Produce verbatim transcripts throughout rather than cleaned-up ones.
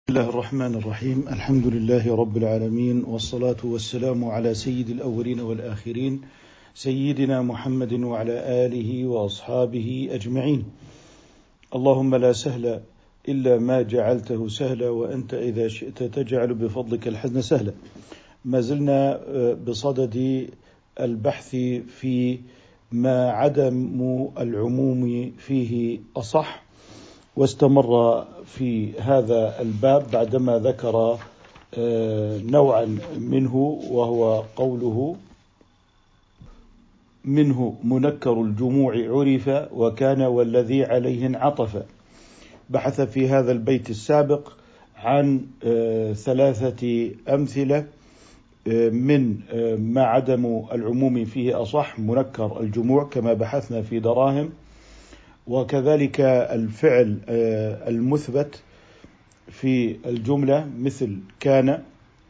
بسم الله الرحمن الرحيم. الحمد لله رب العالمين، والصلاة والسلام على سيد الأولين والآخرين سيدنا محمد وعلى آله وأصحابه أجمعين. اللهم لا سهل إلا ما جعلته سهلا، وأنت إذا شئت تجعل بفضلك الحزن سهلا. ما زلنا بصدد البحث في ما عدم العموم فيه أصح، واستمر في هذا الباب بعدما ذكر نوعا منه، وهو قوله منه منكر الجموع عرف وكان والذي عليه انعطف. بحث في هذا البيت السابق عن ثلاثة أمثلة من ما عدم العموم فيه أصح، منكر الجموع كما بحثنا في دراهم، وكذلك الفعل المثبت في الجملة مثل كان.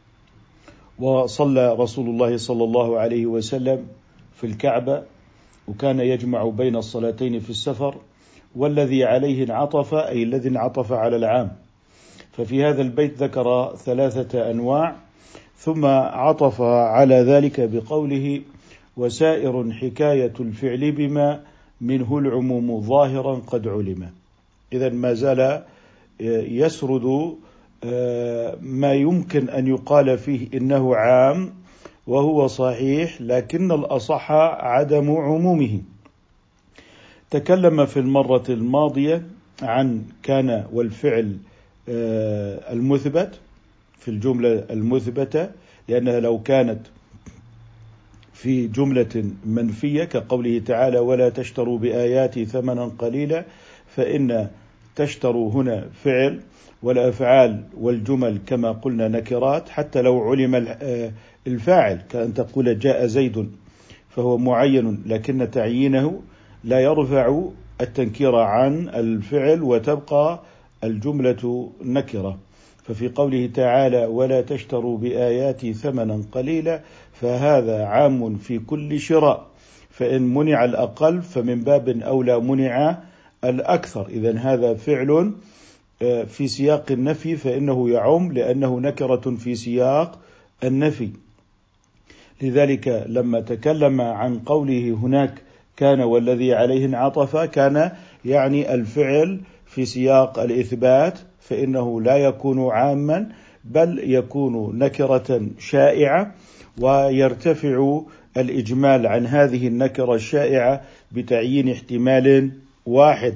وصلى رسول الله صلى الله عليه وسلم في الكعبة، وكان يجمع بين الصلاتين في السفر، والذي عليه انعطف أي الذي انعطف على العام. ففي هذا البيت ذكر ثلاثة أنواع، ثم عطف على ذلك بقوله وسائر حكاية الفعل بما منه العموم ظاهرا قد علم. إذن ما زال يسرد ما يمكن أن يقال فيه إنه عام وهو صحيح، لكن الأصح عدم عمومه. تكلم في المرة الماضية عن كان والفعل المثبت في الجملة المثبتة، لأنها لو كانت في جملة منفية كقوله تعالى ولا تشتروا بآياتي ثمنا قليلا، فإن تشتروا هنا فعل، والأفعال والجمل كما قلنا نكرات، حتى لو علم الفاعل كأن تقول جاء زيد فهو معين، لكن تعيينه لا يرفع التنكير عن الفعل وتبقى الجملة نكرة. ففي قوله تعالى ولا تشتروا بآياتي ثمنا قليلا، فهذا عام في كل شراء، فإن منع الأقل فمن باب أولى منع الأكثر. إذن هذا فعل في سياق النفي فإنه يعم، لأنه نكرة في سياق النفي. لذلك لما تكلم عن قوله هناك كان والذي عليه انعطف، كان يعني الفعل في سياق الإثبات، فإنه لا يكون عاما بل يكون نكرة شائعة، ويرتفع الإجمال عن هذه النكرة الشائعة بتعيين احتمال واحد.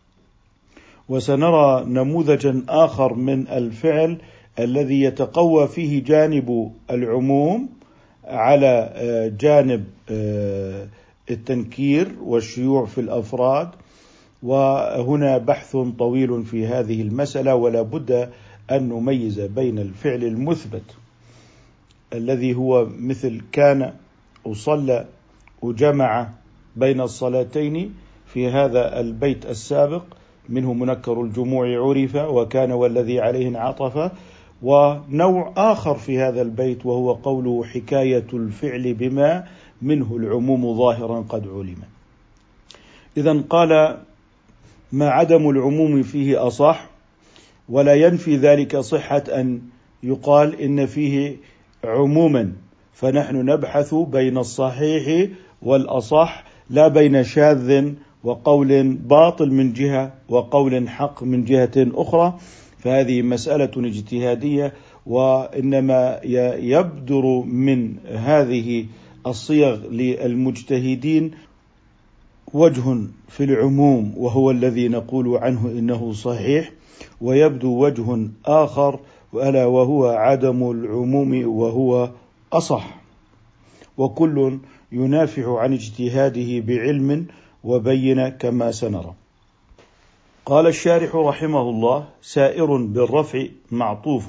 وسنرى نموذجا آخر من الفعل الذي يتقوى فيه جانب العموم على جانب التنكير والشيوع في الأفراد، وهنا بحث طويل في هذه المسألة، ولا بد أن نميز بين الفعل المثبت الذي هو مثل كان وصلى وجمع بين الصلاتين في هذا البيت السابق، منه منكر الجموع عرف وكان والذي عليه انعطف، ونوع آخر في هذا البيت وهو قوله حكاية الفعل بما منه العموم ظاهرا قد علم. إذن قال ما عدم العموم فيه أصح، ولا ينفي ذلك صحة أن يقال إن فيه عموما، فنحن نبحث بين الصحيح والأصح، لا بين شاذ وقول باطل من جهة وقول حق من جهة أخرى. فهذه مسألة اجتهادية، وإنما يبدر من هذه الصيغ للمجتهدين وجه في العموم وهو الذي نقول عنه إنه صحيح، ويبدو وجه آخر ألا وهو عدم العموم وهو أصح، وكل ينافع عن اجتهاده بعلم وبين كما سنرى. قال الشارح رحمه الله سائر بالرفع معطوف.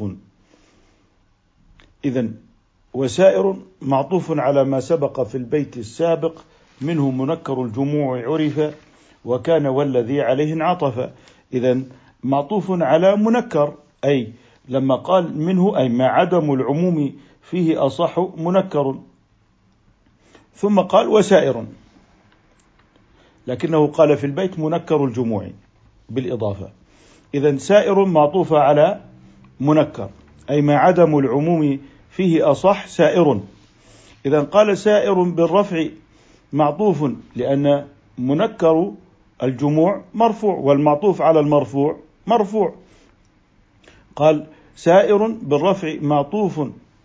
إذن وسائر معطوف على ما سبق في البيت السابق، منه منكر الجموع عرف وكان والذي عليه انعطف. إذن معطوف على منكر، أي لما قال منه أي ما عدم العموم فيه أصح منكر، ثم قال وسائر، لكنه قال في البيت منكر الجموع بالإضافة. إذن سائر معطوفة على منكر، أي ما عدم العموم فيه أصح سائر. إذا قال سائر بالرفع معطوف، لأن منكر الجموع مرفوع، والمعطوف على المرفوع مرفوع. قال سائر بالرفع معطوف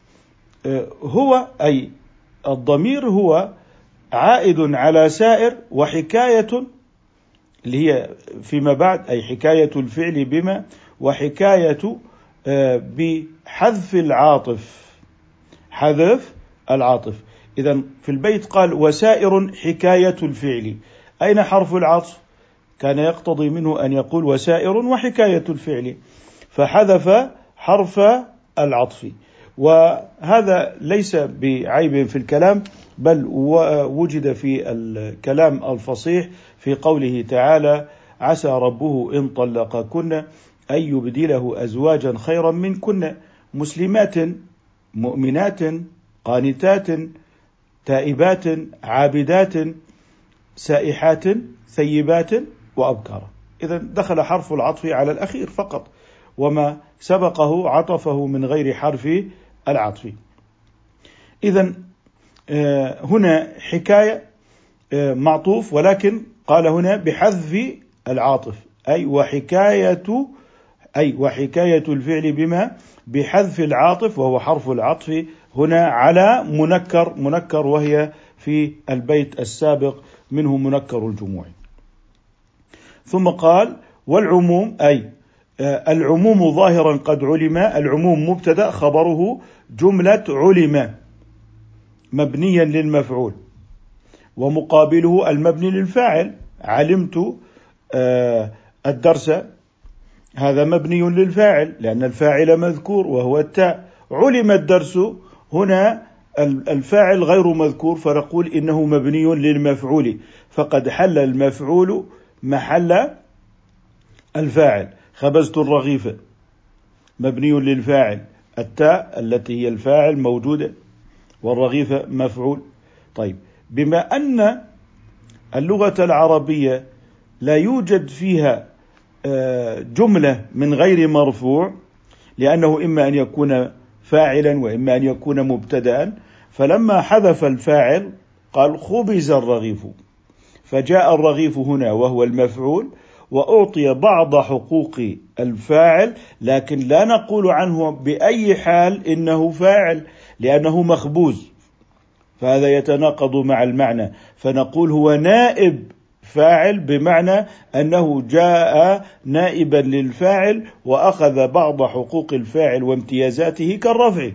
هو، أي الضمير هو عائد على سائر، وحكاية اللي هي فيما بعد، أي حكاية الفعل بما، وحكاية بحذف العاطف، حذف العاطف. إذن في البيت قال وسائر حكاية الفعل، أين حرف العطف؟ كان يقتضي منه أن يقول وسائر وحكاية الفعل، فحذف حرف العطف. وهذا ليس بعيب في الكلام، بل وجد في الكلام الفصيح في قوله تعالى عسى ربه إن طلقكن أن يبدله أزواجا خيرا منكن مسلمات مؤمنات قانتات تائبات عابدات سائحات ثيبات وأبكارا. إذن دخل حرف العطف على الأخير فقط، وما سبقه عطفه من غير حرف العطف. إذن هنا حكاية معطوف، ولكن قال هنا بحذف العاطف، أي وحكاية أي وحكاية الفعل بما بحذف العاطف، وهو حرف العطف هنا على منكر منكر، وهي في البيت السابق منه منكر الجموع. ثم قال والعموم، أي العموم ظاهرا قد علم. العموم مبتدأ، خبره جملة علم مبنيا للمفعول، ومقابله المبني للفاعل. علمت الدرس، هذا مبني للفاعل لأن الفاعل مذكور وهو التاء. علم الدرس، هنا الفاعل غير مذكور، فنقول إنه مبني للمفعول، فقد حل المفعول محل الفاعل. خبزت الرغيف مبني للفاعل، التاء التي هي الفاعل موجودة، والرغيف مفعول. طيب، بما أن اللغة العربية لا يوجد فيها جملة من غير مرفوع، لأنه إما أن يكون فاعلا وإما أن يكون مبتدأ، فلما حذف الفاعل قال خبز الرغيف، فجاء الرغيف هنا وهو المفعول، وأعطي بعض حقوق الفاعل، لكن لا نقول عنه بأي حال إنه فاعل لأنه مخبوز، فهذا يتناقض مع المعنى، فنقول هو نائب فاعل، بمعنى أنه جاء نائبا للفاعل وأخذ بعض حقوق الفاعل وامتيازاته كالرفع.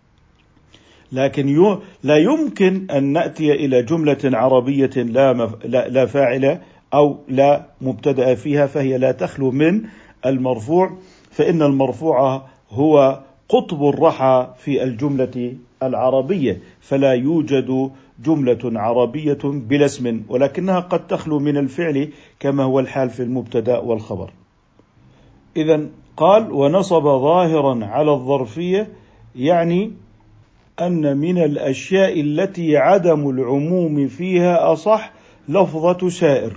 لكن لا يمكن أن نأتي إلى جملة عربية لا, مف... لا... لا فاعل أو لا مبتدأ فيها، فهي لا تخلو من المرفوع، فإن المرفوع هو قطب الرحى في الجملة العربية، فلا يوجد جملة عربية بلا اسم، ولكنها قد تخلو من الفعل كما هو الحال في المبتدأ والخبر. إذن قال ونصب ظاهرا على الظرفية، يعني أن من الأشياء التي عدم العموم فيها أصح لفظة سائر.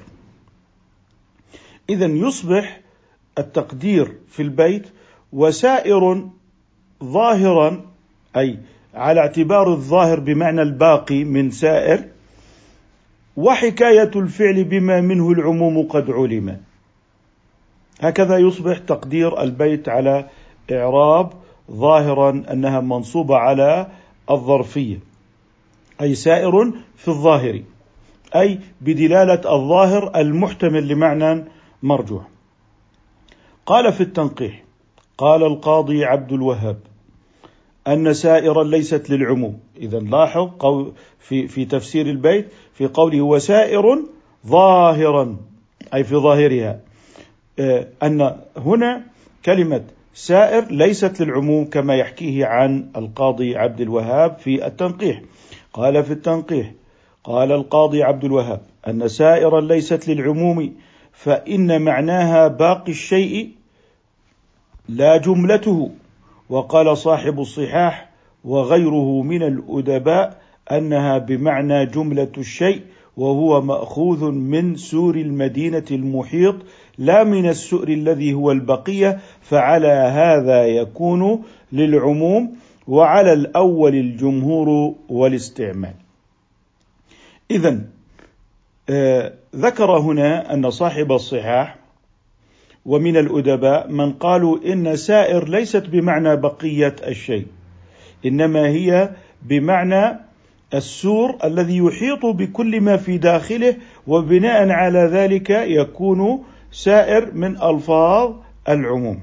إذن يصبح التقدير في البيت وسائر ظاهرا، أي على اعتبار الظاهر بمعنى الباقي من سائر، وحكاية الفعل بما منه العموم قد علم. هكذا يصبح تقدير البيت على إعراب ظاهرا أنها منصوبة على الظرفية، أي سائر في الظاهر، أي بدلالة الظاهر المحتمل لمعنى مرجوح. قال في التنقيح قال القاضي عبد الوهاب أن سائرا ليست للعموم. إذا لاحظ في في تفسير البيت في قوله وسائر ظاهرا، أي في ظاهرها، أن هنا كلمة سائر ليست للعموم كما يحكيه عن القاضي عبد الوهاب في التنقيح. قال في التنقيح قال القاضي عبد الوهاب أن سائرا ليست للعموم، فإن معناها باقي الشيء لا جملته. وقال صاحب الصحاح وغيره من الأدباء أنها بمعنى جملة الشيء، وهو مأخوذ من سور المدينة المحيط لا من السؤر الذي هو البقية، فعلى هذا يكون للعموم، وعلى الأول الجمهور والاستعمال. إذن آه ذكر هنا أن صاحب الصحاح ومن الأدباء من قالوا إن سائر ليست بمعنى بقية الشيء، إنما هي بمعنى السور الذي يحيط بكل ما في داخله، وبناء على ذلك يكون سائر من ألفاظ العموم.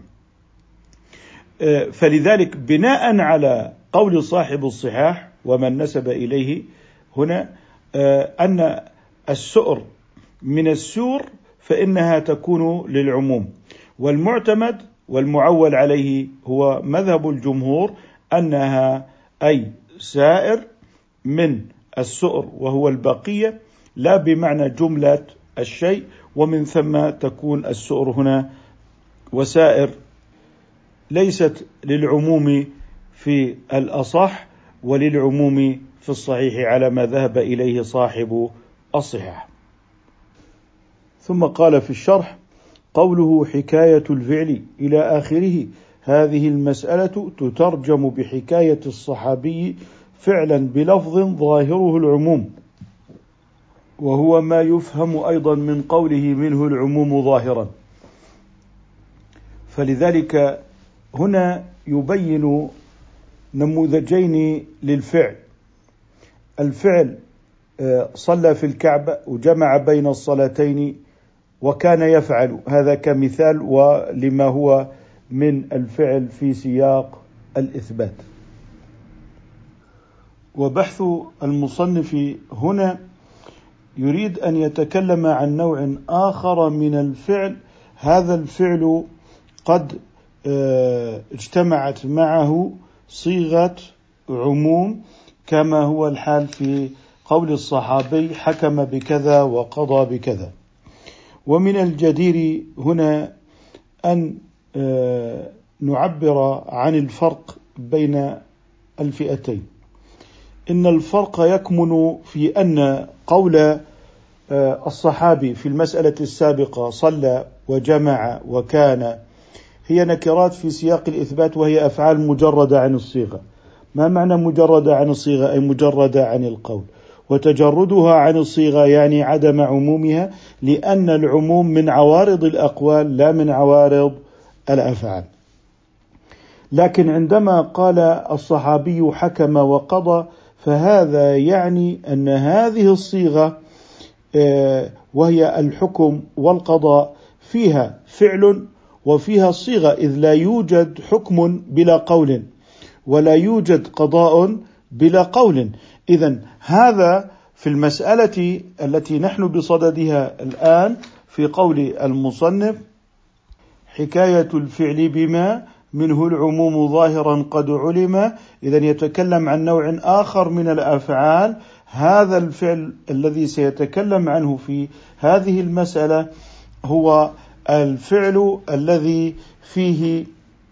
فلذلك بناء على قول صاحب الصحاح ومن نسب إليه هنا أن السؤر من السور فإنها تكون للعموم، والمعتمد والمعول عليه هو مذهب الجمهور أنها أي سائر من السؤر وهو البقية، لا بمعنى جملة الشيء، ومن ثم تكون السؤر هنا وسائر ليست للعموم في الأصح وللعموم في الصحيح على ما ذهب إليه صاحب الصحاح. ثم قال في الشرح: قوله حكاية الفعل إلى آخره، هذه المسألة تترجم بحكاية الصحابي فعلا بلفظ ظاهره العموم، وهو ما يفهم أيضا من قوله منه العموم ظاهرا. فلذلك هنا يبين نموذجين للفعل. الفعل صلى في الكعبة وجمع بين الصلاتين وكان يفعل، هذا كمثال ولما هو من الفعل في سياق الإثبات. وبحث المصنف هنا يريد أن يتكلم عن نوع آخر من الفعل، هذا الفعل قد اجتمعت معه صيغة عموم كما هو الحال في قول الصحابي حكم بكذا وقضى بكذا. ومن الجدير هنا أن نعبر عن الفرق بين الفئتين. إن الفرق يكمن في أن قول الصحابي في المسألة السابقة صلى وجمع وكان هي نكرات في سياق الإثبات، وهي أفعال مجردة عن الصيغة. ما معنى مجردة عن الصيغة؟ أي مجردة عن القول، وتجردها عن الصيغة يعني عدم عمومها، لأن العموم من عوارض الأقوال لا من عوارض الأفعال. لكن عندما قال الصحابي حكم وقضى، فهذا يعني أن هذه الصيغة وهي الحكم والقضاء فيها فعل وفيها صيغة، إذ لا يوجد حكم بلا قول ولا يوجد قضاء بلا قول. إذن هذا في المسألة التي نحن بصددها الآن في قول المصنف حكاية الفعل بما منه العموم ظاهرا قد علم. إذن يتكلم عن نوع آخر من الأفعال، هذا الفعل الذي سيتكلم عنه في هذه المسألة هو الفعل الذي فيه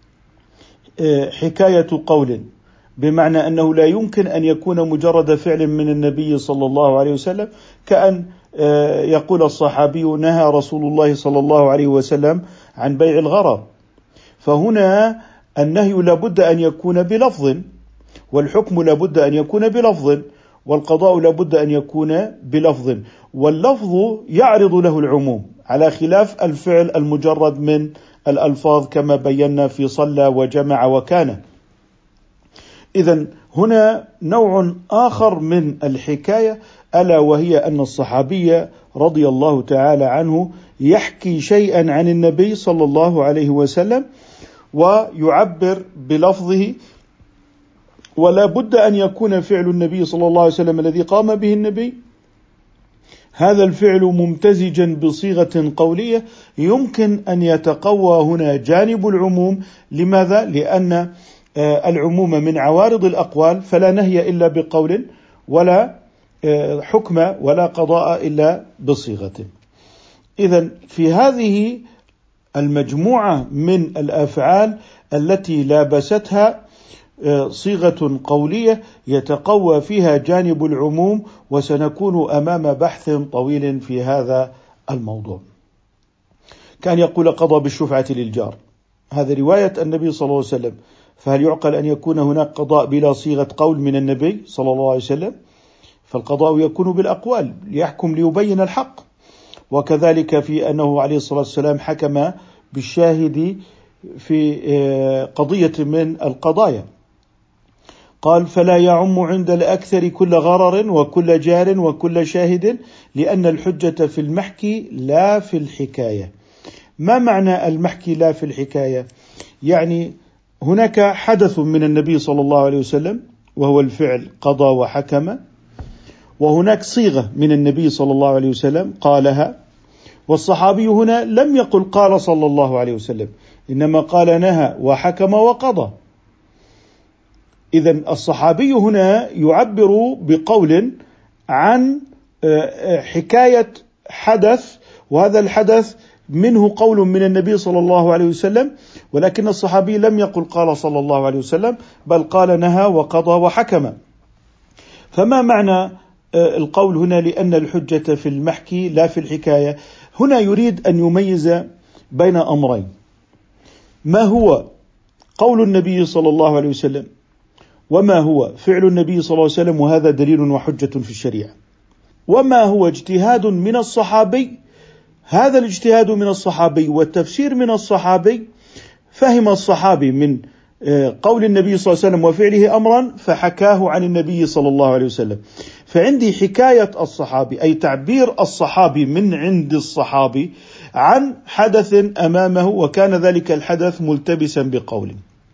حكاية قول، بمعنى أنه لا يمكن أن يكون مجرد فعل من النبي صلى الله عليه وسلم، كأن يقول الصحابي نهى رسول الله صلى الله عليه وسلم عن بيع الغرر، فهنا النهي لابد أن يكون بلفظ، والحكم لابد أن يكون بلفظ، والقضاء لابد أن يكون بلفظ، واللفظ يعرض له العموم على خلاف الفعل المجرد من الألفاظ كما بينا في صلى وجمع وكان. إذن هنا نوع آخر من الحكاية، ألا وهي أن الصحابي رضي الله تعالى عنه يحكي شيئا عن النبي صلى الله عليه وسلم ويعبر بلفظه، ولا بد أن يكون فعل النبي صلى الله عليه وسلم الذي قام به النبي هذا الفعل ممتزجا بصيغة قولية، يمكن أن يتقوى هنا جانب العموم. لماذا؟ لأن العموم من عوارض الأقوال، فلا نهي إلا بقول، ولا حكم ولا قضاء إلا بصيغة. إذن في هذه المجموعة من الأفعال التي لابستها صيغة قولية يتقوى فيها جانب العموم، وسنكون أمام بحث طويل في هذا الموضوع. كان يقول قضى بالشفعة للجار، هذا رواية النبي صلى الله عليه وسلم، فهل يعقل أن يكون هناك قضاء بلا صيغة قول من النبي صلى الله عليه وسلم؟ فالقضاء يكون بالأقوال ليحكم ليبين الحق. وكذلك في أنه عليه الصلاة والسلام حكم بالشاهد في قضية من القضايا، قال فلا يعم عند الأكثر كل غرر وكل جار وكل شاهد لأن الحجة في المحكي لا في الحكاية. ما معنى المحكي لا في الحكاية؟ يعني هناك حدث من النبي صلى الله عليه وسلم وهو الفعل قضى وحكم، وهناك صيغة من النبي صلى الله عليه وسلم قالها، والصحابي هنا لم يقل قال صلى الله عليه وسلم، إنما قال نهى وحكم وقضى. إذن الصحابي هنا يعبر بقول عن حكاية حدث، وهذا الحدث منه قول من النبي صلى الله عليه وسلم، ولكن الصحابي لم يقل قال صلى الله عليه وسلم، بل قال نهى وقضى وحكم. فما معنى القول هنا لأن الحجة في المحكي لا في الحكاية؟ هنا يريد أن يميز بين أمرين: ما هو قول النبي صلى الله عليه وسلم، وما هو فعل النبي صلى الله عليه وسلم، وهذا دليل وحجة في الشريعة. وما هو اجتهاد من الصحابي، هذا الاجتهاد من الصحابي والتفسير من الصحابي، فهم الصحابي من قول النبي صلى الله عليه وسلم وفعله أمرا فحكاه عن النبي صلى الله عليه وسلم. فعندي حكاية الصحابي أي تعبير الصحابي من عند الصحابي عن حدث أمامه، وكان ذلك الحدث ملتبسا بقول.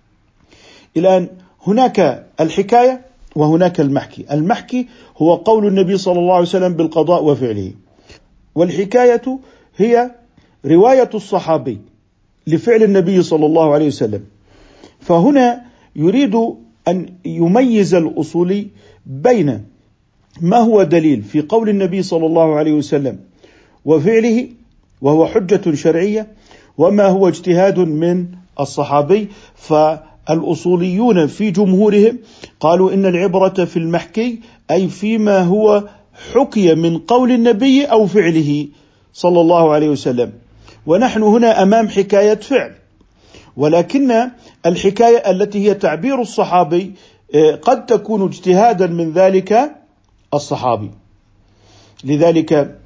الآن هناك الحكاية وهناك المحكي. المحكي هو قول النبي صلى الله عليه وسلم بالقضاء وفعله، والحكاية هي رواية الصحابي لفعل النبي صلى الله عليه وسلم. فهنا يريد أن يميز الأصولي بين ما هو دليل في قول النبي صلى الله عليه وسلم وفعله وهو حجة شرعية، وما هو اجتهاد من الصحابي. فالأصوليون في جمهورهم قالوا إن العبرة في المحكي أي فيما هو حكي من قول النبي أو فعله صلى الله عليه وسلم، ونحن هنا أمام حكاية فعل، ولكن الحكاية التي هي تعبير الصحابي قد تكون اجتهادا من ذلك الصحابي. لذلك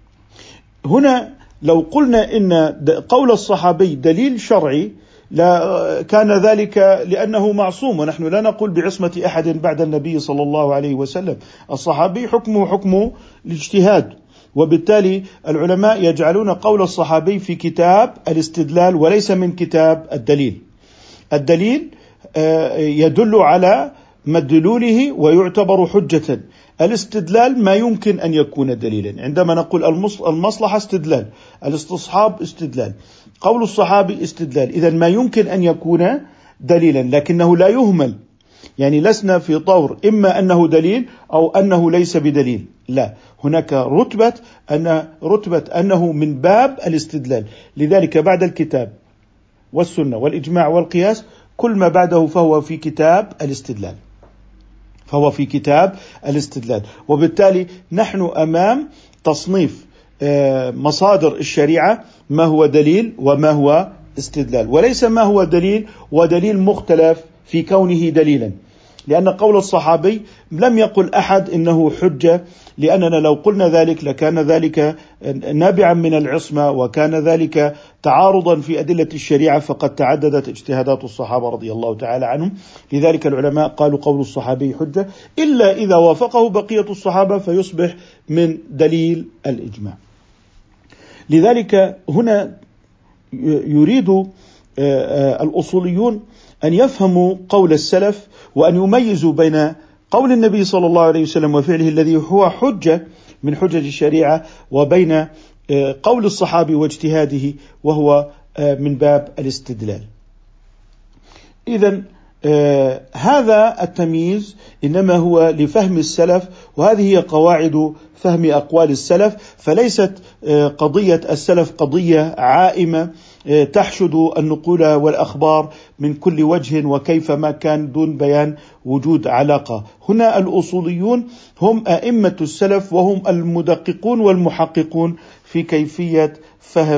هنا لو قلنا إن قول الصحابي دليل شرعي لا كان ذلك لأنه معصوم، ونحن لا نقول بعصمة أحد بعد النبي صلى الله عليه وسلم. الصحابي حكمه حكم الاجتهاد، وبالتالي العلماء يجعلون قول الصحابي في كتاب الاستدلال وليس من كتاب الدليل. الدليل يدل على مدلوله ويعتبر حجة، الاستدلال ما يمكن أن يكون دليلا. عندما نقول المصلحة استدلال، الاستصحاب استدلال، قول الصحابي استدلال، إذن ما يمكن أن يكون دليلا، لكنه لا يهمل. يعني لسنا في طور إما أنه دليل أو أنه ليس بدليل، لا، هناك رتبة أن رتبة أنه من باب الاستدلال. لذلك بعد الكتاب والسنة والإجماع والقياس كل ما بعده فهو في كتاب الاستدلال، فهو في كتاب الاستدلال. وبالتالي نحن أمام تصنيف مصادر الشريعة ما هو دليل وما هو استدلال، وليس ما هو دليل ودليل مختلف في كونه دليلا. لأن قول الصحابي لم يقل أحد إنه حجة، لأننا لو قلنا ذلك لكان ذلك نابعا من العصمة، وكان ذلك تعارضا في أدلة الشريعة، فقد تعددت اجتهادات الصحابة رضي الله تعالى عنهم. لذلك العلماء قالوا قول الصحابي حجة إلا إذا وافقه بقية الصحابة فيصبح من دليل الإجماع. لذلك هنا يريد الأصوليون أن يفهموا قول السلف وأن يميزوا بين قول النبي صلى الله عليه وسلم وفعله الذي هو حجة من حجج الشريعة، وبين قول الصحابي واجتهاده وهو من باب الاستدلال. إذن هذا التمييز إنما هو لفهم السلف، وهذه هي قواعد فهم أقوال السلف. فليست قضية السلف قضية عائمة تحشد النقول والأخبار من كل وجه وكيف ما كان دون بيان وجود علاقة. هنا الأصوليون هم أئمة السلف، وهم المدققون والمحققون في كيفية فهم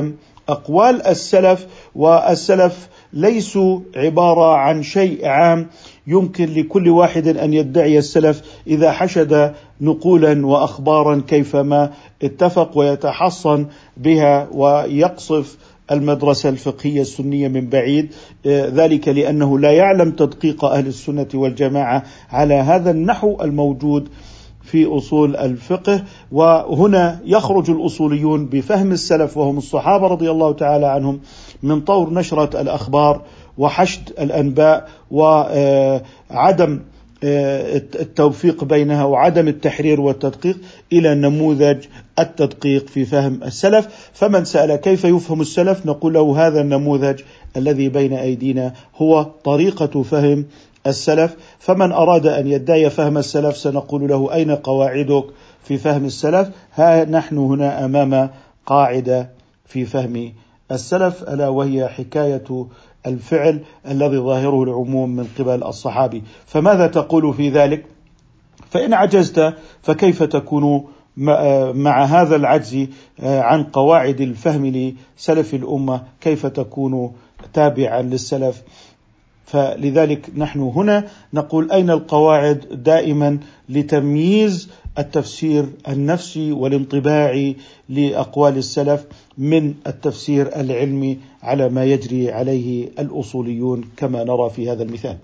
أقوال السلف، والسلف ليسوا عبارة عن شيء عام يمكن لكل واحد أن يدعي السلف إذا حشد نقولا وأخبارا كيفما اتفق ويتحصن بها ويقصف المدرسة الفقهية السنية من بعيد، ذلك لأنه لا يعلم تدقيق أهل السنة والجماعة على هذا النحو الموجود في أصول الفقه. وهنا يخرج الأصوليون بفهم السلف وهم الصحابة رضي الله تعالى عنهم من طور نشرة الأخبار وحشد الأنباء وعدم التوفيق بينها وعدم التحرير والتدقيق إلى نموذج التدقيق في فهم السلف. فمن سأل كيف يفهم السلف نقول له هذا النموذج الذي بين أيدينا هو طريقة فهم السلف. فمن أراد أن يدعي فهم السلف سنقول له أين قواعدك في فهم السلف؟ ها نحن هنا أمام قاعدة في فهم السلف، ألا وهي حكاية الفعل الذي ظاهره العموم من قبل الصحابي. فماذا تقول في ذلك؟ فإن عجزت فكيف تكون مع هذا العجز عن قواعد الفهم لسلف الأمة، كيف تكون تابعا للسلف؟ فلذلك نحن هنا نقول أين القواعد دائما لتمييز التفسير النفسي والانطباعي لأقوال السلف من التفسير العلمي على ما يجري عليه الأصوليون كما نرى في هذا المثال.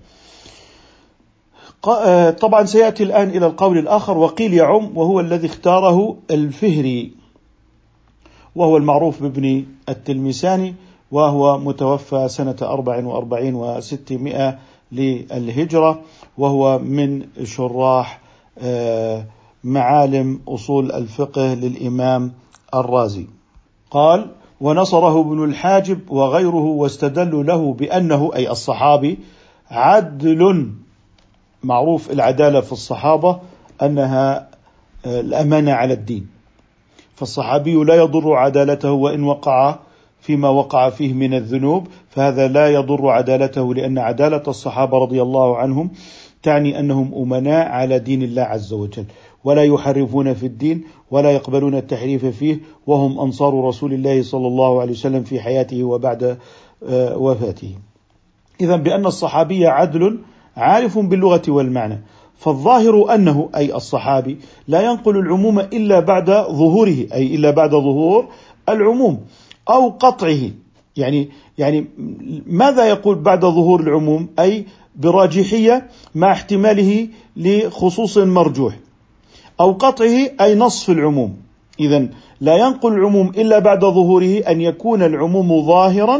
طبعا سيأتي الآن إلى القول الآخر، وقيل يعم، وهو الذي اختاره الفهري، وهو المعروف بابن التلمساني، وهو متوفى سنة أربع وأربعين وستمائة للهجرة، وهو من شراح معالم أصول الفقه للإمام الرازي. قال: ونصره ابن الحاجب وغيره، واستدلوا له بأنه أي الصحابي عدل. معروف العدالة في الصحابة أنها الأمانة على الدين، فالصحابي لا يضر عدالته وإن وقع فيما وقع فيه من الذنوب، فهذا لا يضر عدالته، لأن عدالة الصحابة رضي الله عنهم تعني أنهم أمناء على دين الله عز وجل، ولا يحرفون في الدين ولا يقبلون التحريف فيه، وهم أنصار رسول الله صلى الله عليه وسلم في حياته وبعد وفاته. إذن بأن الصحابي عدل عارف باللغة والمعنى، فالظاهر أنه أي الصحابي لا ينقل العموم إلا بعد ظهوره، أي إلا بعد ظهور العموم أو قطعه. يعني يعني ماذا يقول بعد ظهور العموم؟ أي براجحية مع احتماله لخصوص مرجوح، أو قطعه أي نصف العموم. إذن لا ينقل العموم إلا بعد ظهوره، أن يكون العموم ظاهرا،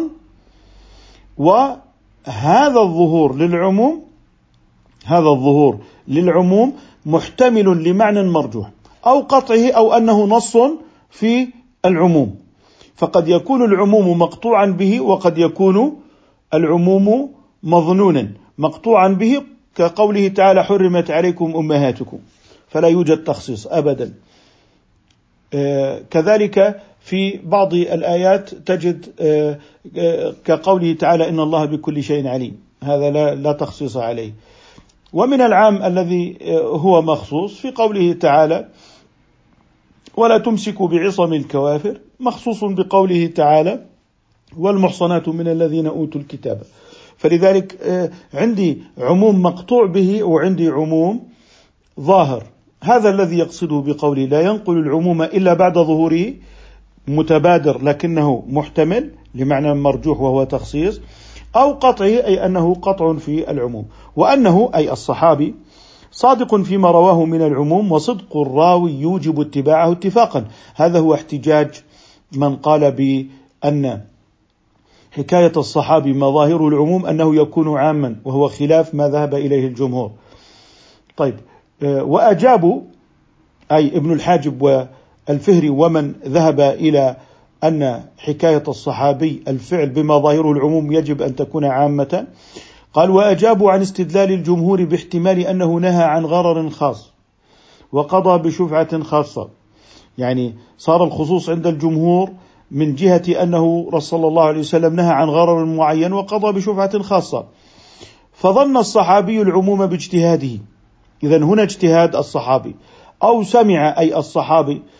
وهذا الظهور للعموم هذا الظهور للعموم محتمل لمعنى مرجوح، أو قطعه أو أنه نص في العموم. فقد يكون العموم مقطوعا به، وقد يكون العموم مظنونا مقطوعا به، كقوله تعالى: حرمت عليكم أمهاتكم، فلا يوجد تخصيص أبدا. آه كذلك في بعض الآيات تجد آه آه كقوله تعالى: إن الله بكل شيء عليم، هذا لا, لا تخصيص عليه. ومن العام الذي هو مخصوص في قوله تعالى: ولا تمسكوا بعصم الكوافر، مخصوص بقوله تعالى: والمحصنات من الذين أوتوا الكتاب. فلذلك عندي عموم مقطوع به وعندي عموم ظاهر. هذا الذي يقصده بقوله لا ينقل العموم إلا بعد ظهوره، متبادر لكنه محتمل لمعنى مرجوح وهو تخصيص، أو قطعه أي أنه قطع في العموم، وأنه أي الصحابي صادق فيما رواه من العموم، وصدق الراوي يوجب اتباعه اتفاقا. هذا هو احتجاج من قال بأن حكاية الصحابي مظاهر العموم أنه يكون عاما، وهو خلاف ما ذهب إليه الجمهور. طيب، وأجابوا أي ابن الحاجب والفهري ومن ذهب إلى أن حكاية الصحابي الفعل بما ظاهره العموم يجب أن تكون عامة. قال: وأجابوا عن استدلال الجمهور باحتمال أنه نهى عن غرر خاص وقضى بشفعة خاصة. يعني صار الخصوص عند الجمهور من جهة أنه صلى الله عليه وسلم نهى عن غرر معين وقضى بشفعة خاصة، فظن الصحابي العموم باجتهاده. إذن هنا اجتهاد الصحابي، أو سمع أي الصحابي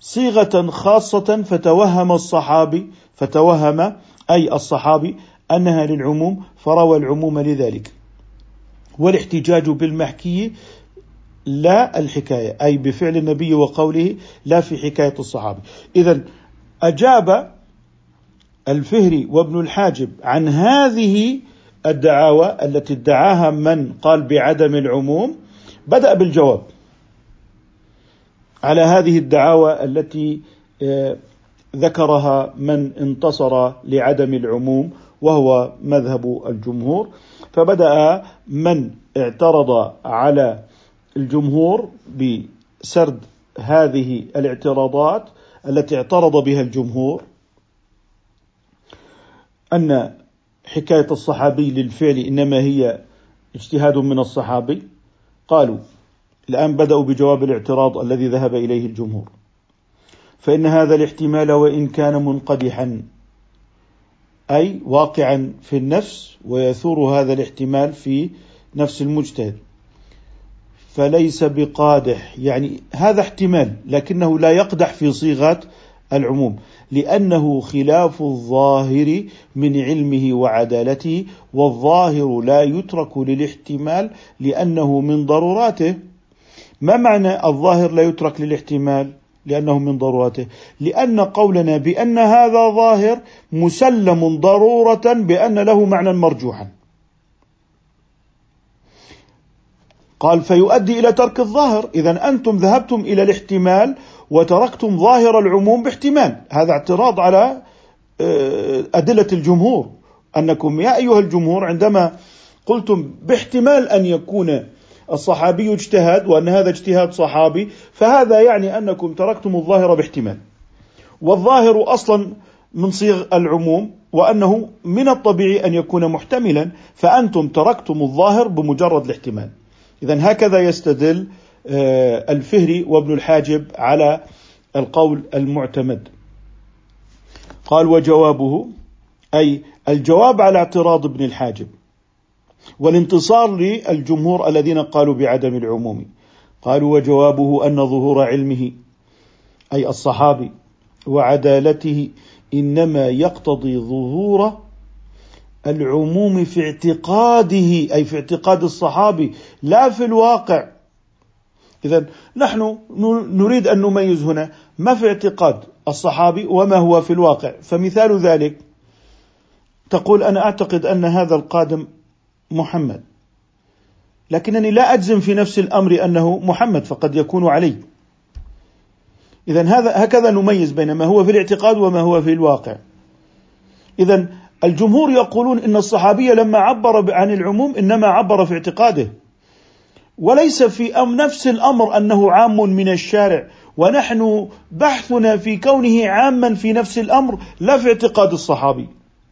صيغة خاصة فتوهم الصحابي فتوهم أي الصحابي أنها للعموم فروى العموم لذلك. والاحتجاج بالمحكي لا الحكاية، أي بفعل النبي وقوله لا في حكاية الصحابي. إذن أجاب الفهري وابن الحاجب عن هذه الدعاوى التي ادعاها من قال بعدم العموم، بدأ بالجواب على هذه الدعاوى التي ذكرها من انتصر لعدم العموم وهو مذهب الجمهور. فبدأ من اعترض على الجمهور بسرد هذه الاعتراضات التي اعترض بها الجمهور، أن حكاية الصحابي للفعل إنما هي اجتهاد من الصحابي. قالوا الآن بدأوا بجواب الاعتراض الذي ذهب إليه الجمهور، فإن هذا الاحتمال وإن كان منقدحا أي واقعا في النفس ويثور هذا الاحتمال في نفس المجتهد، فليس بقادح، يعني هذا احتمال لكنه لا يقدح في صيغة العموم، لأنه خلاف الظاهر من علمه وعدالته، والظاهر لا يترك للاحتمال لأنه من ضروراته. ما معنى الظاهر لا يترك للاحتمال لأنه من ضروراته؟ لأن قولنا بأن هذا ظاهر مسلم ضرورة بأن له معنى مرجوحا. قال فيؤدي إلى ترك الظاهر. إذن أنتم ذهبتم إلى الاحتمال وتركتم ظاهر العموم باحتمال. هذا اعتراض على أدلة الجمهور، أنكم يا أيها الجمهور عندما قلتم باحتمال أن يكون الصحابي اجتهاد وأن هذا اجتهاد صحابي، فهذا يعني أنكم تركتم الظاهر باحتمال، والظاهر أصلا من صيغ العموم وأنه من الطبيعي أن يكون محتملا، فأنتم تركتم الظاهر بمجرد الاحتمال. إذن هكذا يستدل الفهري وابن الحاجب على القول المعتمد. قال وجوابه، أي الجواب على اعتراض ابن الحاجب والانتصار للجمهور الذين قالوا بعدم العموم. قالوا وجوابه أن ظهور علمه أي الصحابي وعدالته إنما يقتضي ظهور العموم في اعتقاده، أي في اعتقاد الصحابي لا في الواقع. إذن نحن نريد أن نميز هنا ما في اعتقاد الصحابي وما هو في الواقع. فمثال ذلك تقول أنا أعتقد أن هذا القادم محمد، لكنني لا أجزم في نفس الأمر أنه محمد، فقد يكون علي. إذن هذا هكذا نميز بين ما هو في الاعتقاد وما هو في الواقع. إذن الجمهور يقولون إن الصحابي لما عبر عن العموم إنما عبر في اعتقاده، وليس في أم نفس الأمر أنه عام من الشارع، ونحن بحثنا في كونه عاما في نفس الأمر لا في اعتقاد الصحابي.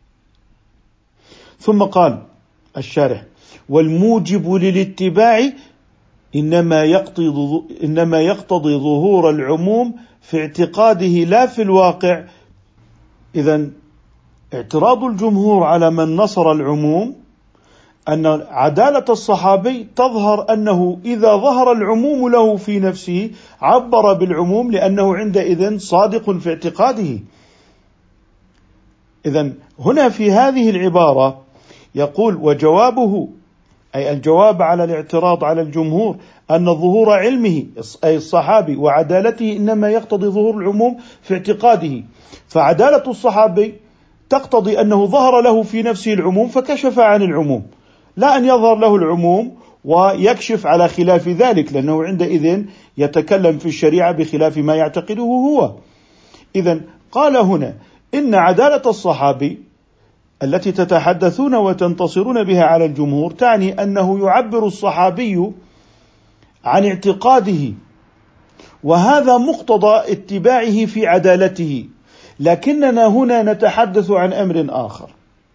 ثم قال الشارح والموجب للاتباع إنما يقتضي إنما يقتضي ظهور العموم في اعتقاده لا في الواقع. إذن اعتراض الجمهور على من نصر العموم أن عدالة الصحابي تظهر أنه إذا ظهر العموم له في نفسه عبر بالعموم لأنه عندئذ صادق في اعتقاده. إذن هنا في هذه العبارة يقول وجوابه، أي الجواب على الاعتراض على الجمهور أن ظهور علمه أي الصحابي وعدالته إنما يقتضي ظهور العموم في اعتقاده، فعدالة الصحابي تقتضي أنه ظهر له في نفسه العموم فكشف عن العموم، لا أن يظهر له العموم ويكشف على خلاف ذلك، لأنه عندئذ يتكلم في الشريعة بخلاف ما يعتقده هو. إذن قال هنا إن عدالة الصحابي التي تتحدثون وتنتصرون بها على الجمهور تعني أنه يعبر الصحابي عن اعتقاده، وهذا مقتضى اتباعه في عدالته. لكننا هنا نتحدث عن أمر آخر،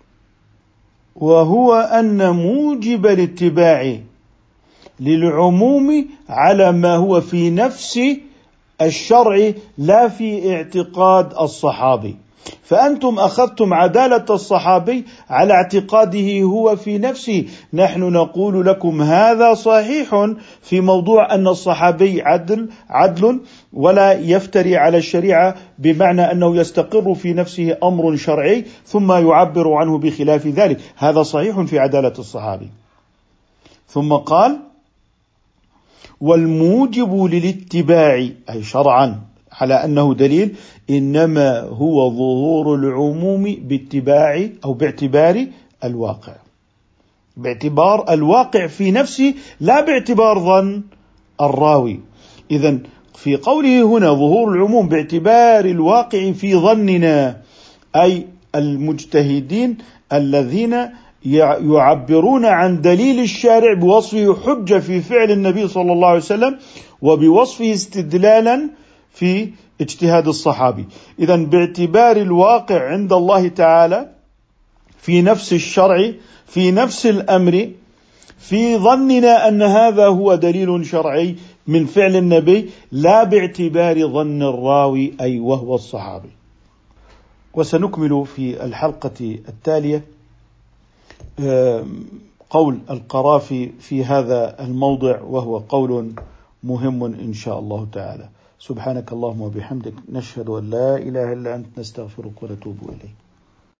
وهو أن موجب الاتباع للعموم على ما هو في نفس الشرع لا في اعتقاد الصحابي. فأنتم أخذتم عدالة الصحابي على اعتقاده هو في نفسه. نحن نقول لكم هذا صحيح في موضوع أن الصحابي عدل عدل ولا يفتري على الشريعة، بمعنى أنه يستقر في نفسه أمر شرعي ثم يعبر عنه بخلاف ذلك، هذا صحيح في عدالة الصحابي. ثم قال: والموجب للاتباع أي شرعا على أنه دليل إنما هو ظهور العموم باتباع أو باعتبار الواقع، باعتبار الواقع في نفسه لا باعتبار ظن الراوي. إذن في قوله هنا ظهور العموم باعتبار الواقع في ظننا، أي المجتهدين الذين يعبرون عن دليل الشارع بوصفه حجة في فعل النبي صلى الله عليه وسلم وبوصفه استدلالا في اجتهاد الصحابي. إذن باعتبار الواقع عند الله تعالى في نفس الشرع في نفس الأمر في ظننا أن هذا هو دليل شرعي من فعل النبي، لا باعتبار ظن الراوي أي وهو الصحابي. وسنكمل في الحلقة التالية قول القرافي في هذا الموضع، وهو قول مهم إن شاء الله تعالى. سبحانك اللهم وبحمدك، نشهد أن لا إله إلا أنت، نستغفرك ونتوب إليك.